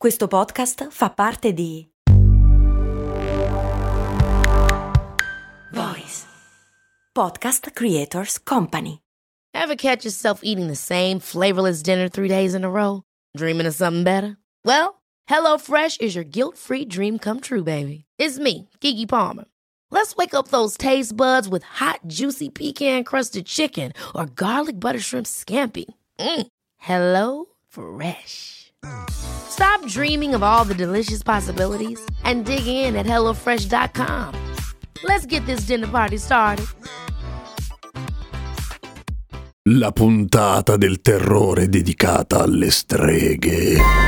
Questo podcast fa parte di Voice Podcast Creators Company. Ever catch yourself eating the same flavorless dinner 3 days in a row? Dreaming of something better? Well, HelloFresh is your guilt-free dream come true, baby. It's me, Keke Palmer. Let's wake up those taste buds with hot, juicy pecan-crusted chicken or garlic butter shrimp scampi. Hello Fresh. Stop dreaming of all the delicious possibilities and dig in at HelloFresh.com. Let's get this dinner party started. La puntata del terrore dedicata alle streghe.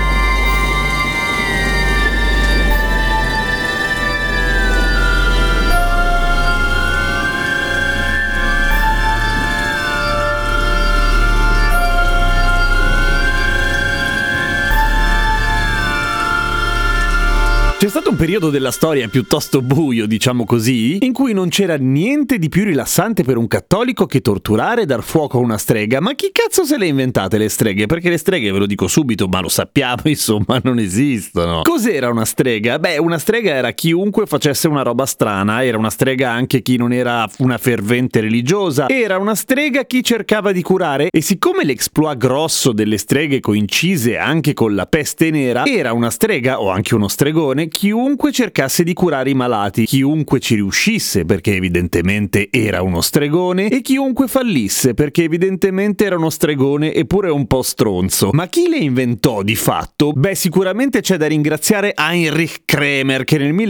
C'è stato un periodo della storia piuttosto buio, diciamo così, in cui non c'era niente di più rilassante per un cattolico che torturare e dar fuoco a una strega. Ma chi cazzo se le ha inventate le streghe? Perché le streghe, ve lo dico subito, ma lo sappiamo, insomma, non esistono. Cos'era una strega? Beh, una strega era chiunque facesse una roba strana, era una strega anche chi non era una fervente religiosa, era una strega chi cercava di curare, e siccome l'exploit grosso delle streghe coincise anche con la peste nera, era una strega, o anche uno stregone, chiunque cercasse di curare i malati, chiunque ci riuscisse perché evidentemente era uno stregone, e chiunque fallisse perché evidentemente era uno stregone eppure un po' stronzo. Ma chi le inventò di fatto? Beh, sicuramente c'è da ringraziare Heinrich Kremer, che nel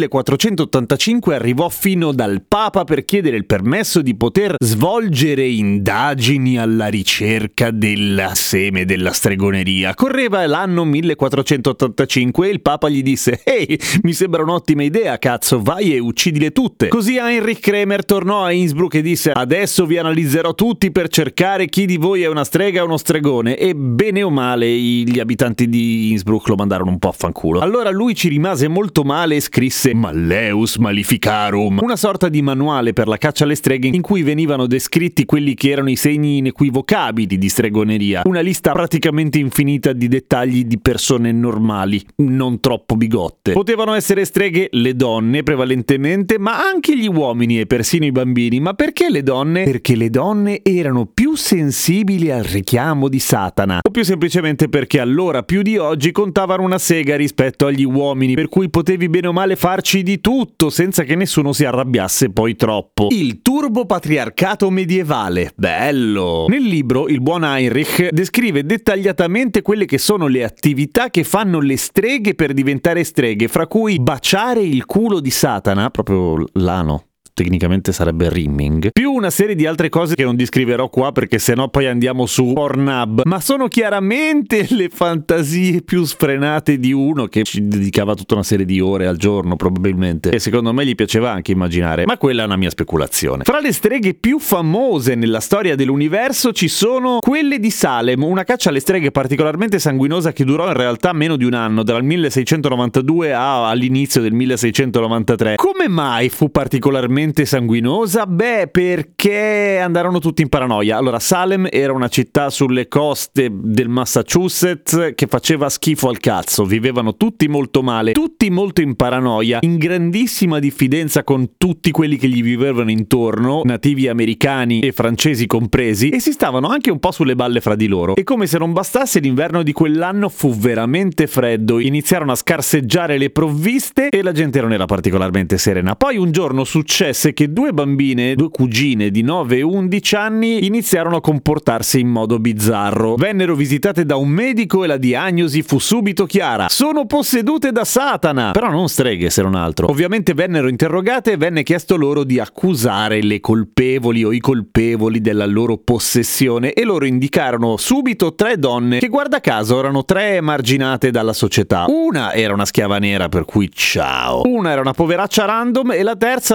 1485 arrivò fino dal Papa per chiedere il permesso di poter svolgere indagini alla ricerca della seme della stregoneria. Correva l'anno 1485 e il Papa gli disse: «Ehi, mi sembra un'ottima idea, cazzo, vai e uccidile tutte». Così Heinrich Kremer tornò a Innsbruck e disse: «Adesso vi analizzerò tutti per cercare chi di voi è una strega o uno stregone». E bene o male gli abitanti di Innsbruck lo mandarono un po' a fanculo. Allora lui ci rimase molto male e scrisse Malleus Maleficarum, una sorta di manuale per la caccia alle streghe in cui venivano descritti quelli che erano i segni inequivocabili di stregoneria, una lista praticamente infinita di dettagli di persone normali, non troppo bigotte. Potevano essere streghe le donne prevalentemente, ma anche gli uomini e persino i bambini. Ma perché le donne? Perché le donne erano più sensibili al richiamo di Satana, o più semplicemente perché allora più di oggi contavano una sega rispetto agli uomini, per cui potevi bene o male farci di tutto senza che nessuno si arrabbiasse poi troppo. Il turbopatriarcato medievale. Bello! Nel libro il buon Heinrich descrive dettagliatamente quelle che sono le attività che fanno le streghe per diventare streghe, fra cui baciare il culo di Satana, proprio l'ano, tecnicamente sarebbe rimming, più una serie di altre cose che non descriverò qua perché sennò poi andiamo su Pornhub, ma sono chiaramente le fantasie più sfrenate di uno che ci dedicava tutta una serie di ore al giorno probabilmente, e secondo me gli piaceva anche immaginare, ma quella è una mia speculazione. Fra le streghe più famose nella storia dell'universo ci sono quelle di Salem, una caccia alle streghe particolarmente sanguinosa che durò in realtà meno di un anno, dal 1692 all'inizio del 1693. Come mai fu particolarmente sanguinosa? Beh, perché andarono tutti in paranoia. Allora, Salem era una città sulle coste del Massachusetts che faceva schifo al cazzo, vivevano tutti molto male, tutti molto in paranoia, in grandissima diffidenza con tutti quelli che gli vivevano intorno, nativi americani e francesi compresi, e si stavano anche un po' sulle balle fra di loro. E come se non bastasse, l'inverno di quell'anno fu veramente freddo, iniziarono a scarseggiare le provviste e la gente non era particolarmente serena. Poi un giorno successe che due cugine di 9 e 11 anni iniziarono a comportarsi in modo bizzarro. Vennero visitate da un medico e la diagnosi fu subito chiara: sono possedute da Satana, però non streghe se non altro. Ovviamente vennero interrogate e venne chiesto loro di accusare le colpevoli o i colpevoli della loro possessione, e loro indicarono subito 3 donne che, guarda caso, erano 3 emarginate dalla società. Una era una schiava nera, per cui ciao. Una era una poveraccia random e la terza, la migliore,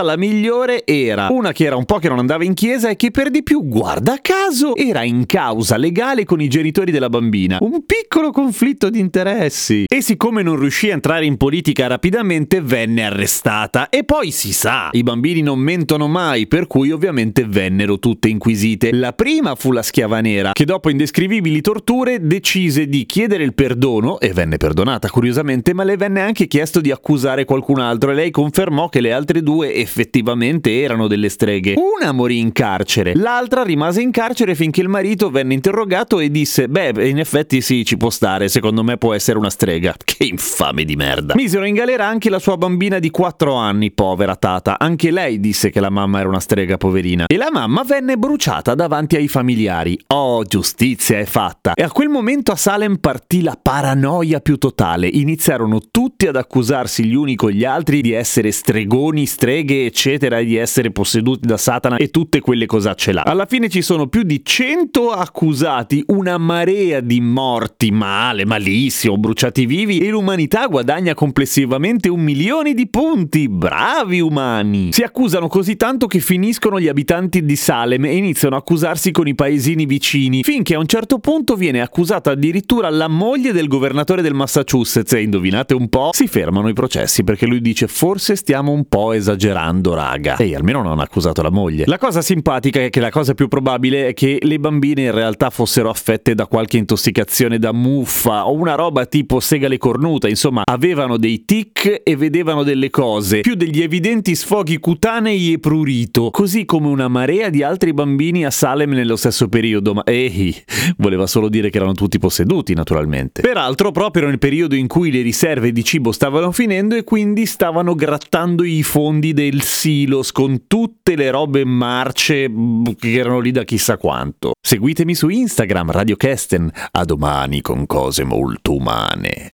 migliore era una che era un po' che non andava in chiesa e che per di più, guarda caso, era in causa legale con i genitori della bambina. Un piccolo conflitto di interessi. E siccome non riuscì a entrare in politica rapidamente, venne arrestata. E poi si sa, i bambini non mentono mai, per cui ovviamente vennero tutte inquisite. La prima fu la schiava nera, che dopo indescrivibili torture decise di chiedere il perdono, e venne perdonata curiosamente, ma le venne anche chiesto di accusare qualcun altro e lei confermò che le altre due effettivamente erano delle streghe. Una morì in carcere, l'altra rimase in carcere finché il marito venne interrogato e disse: beh, in effetti sì, ci può stare, secondo me può essere una strega. Che infame di merda. Misero in galera anche la sua bambina di 4 anni, povera Tata. Anche lei disse che la mamma era una strega, poverina. E la mamma venne bruciata davanti ai familiari. Oh, giustizia è fatta. E a quel momento a Salem partì la paranoia più totale. Iniziarono tutti ad accusarsi gli uni con gli altri di essere stregoni, streghe, eccetera, e di essere posseduti da Satana e tutte quelle cosacce là. Alla fine ci sono più di 100 accusati, una marea di morti male, malissimo, bruciati vivi, e l'umanità guadagna complessivamente 1 milione di punti. Bravi umani! Si accusano così tanto che finiscono gli abitanti di Salem e iniziano a accusarsi con i paesini vicini, finché a un certo punto viene accusata addirittura la moglie del governatore del Massachusetts e indovinate un po', si fermano i processi perché lui dice: forse stiamo un po' esagerando, raga. E almeno non ha accusato la moglie. La cosa simpatica è che la cosa più probabile è che le bambine in realtà fossero affette da qualche intossicazione da muffa o una roba tipo segale cornuta, insomma avevano dei tic e vedevano delle cose, più degli evidenti sfoghi cutanei e prurito, così come una marea di altri bambini a Salem nello stesso periodo, ma voleva solo dire che erano tutti posseduti, naturalmente. Peraltro proprio nel periodo in cui le riserve di cibo stavano finendo e quindi stavano grattando i fondi del silos con tutte le robe marce che erano lì da chissà quanto. Seguitemi su Instagram, Radio Kesten. A domani con cose molto umane.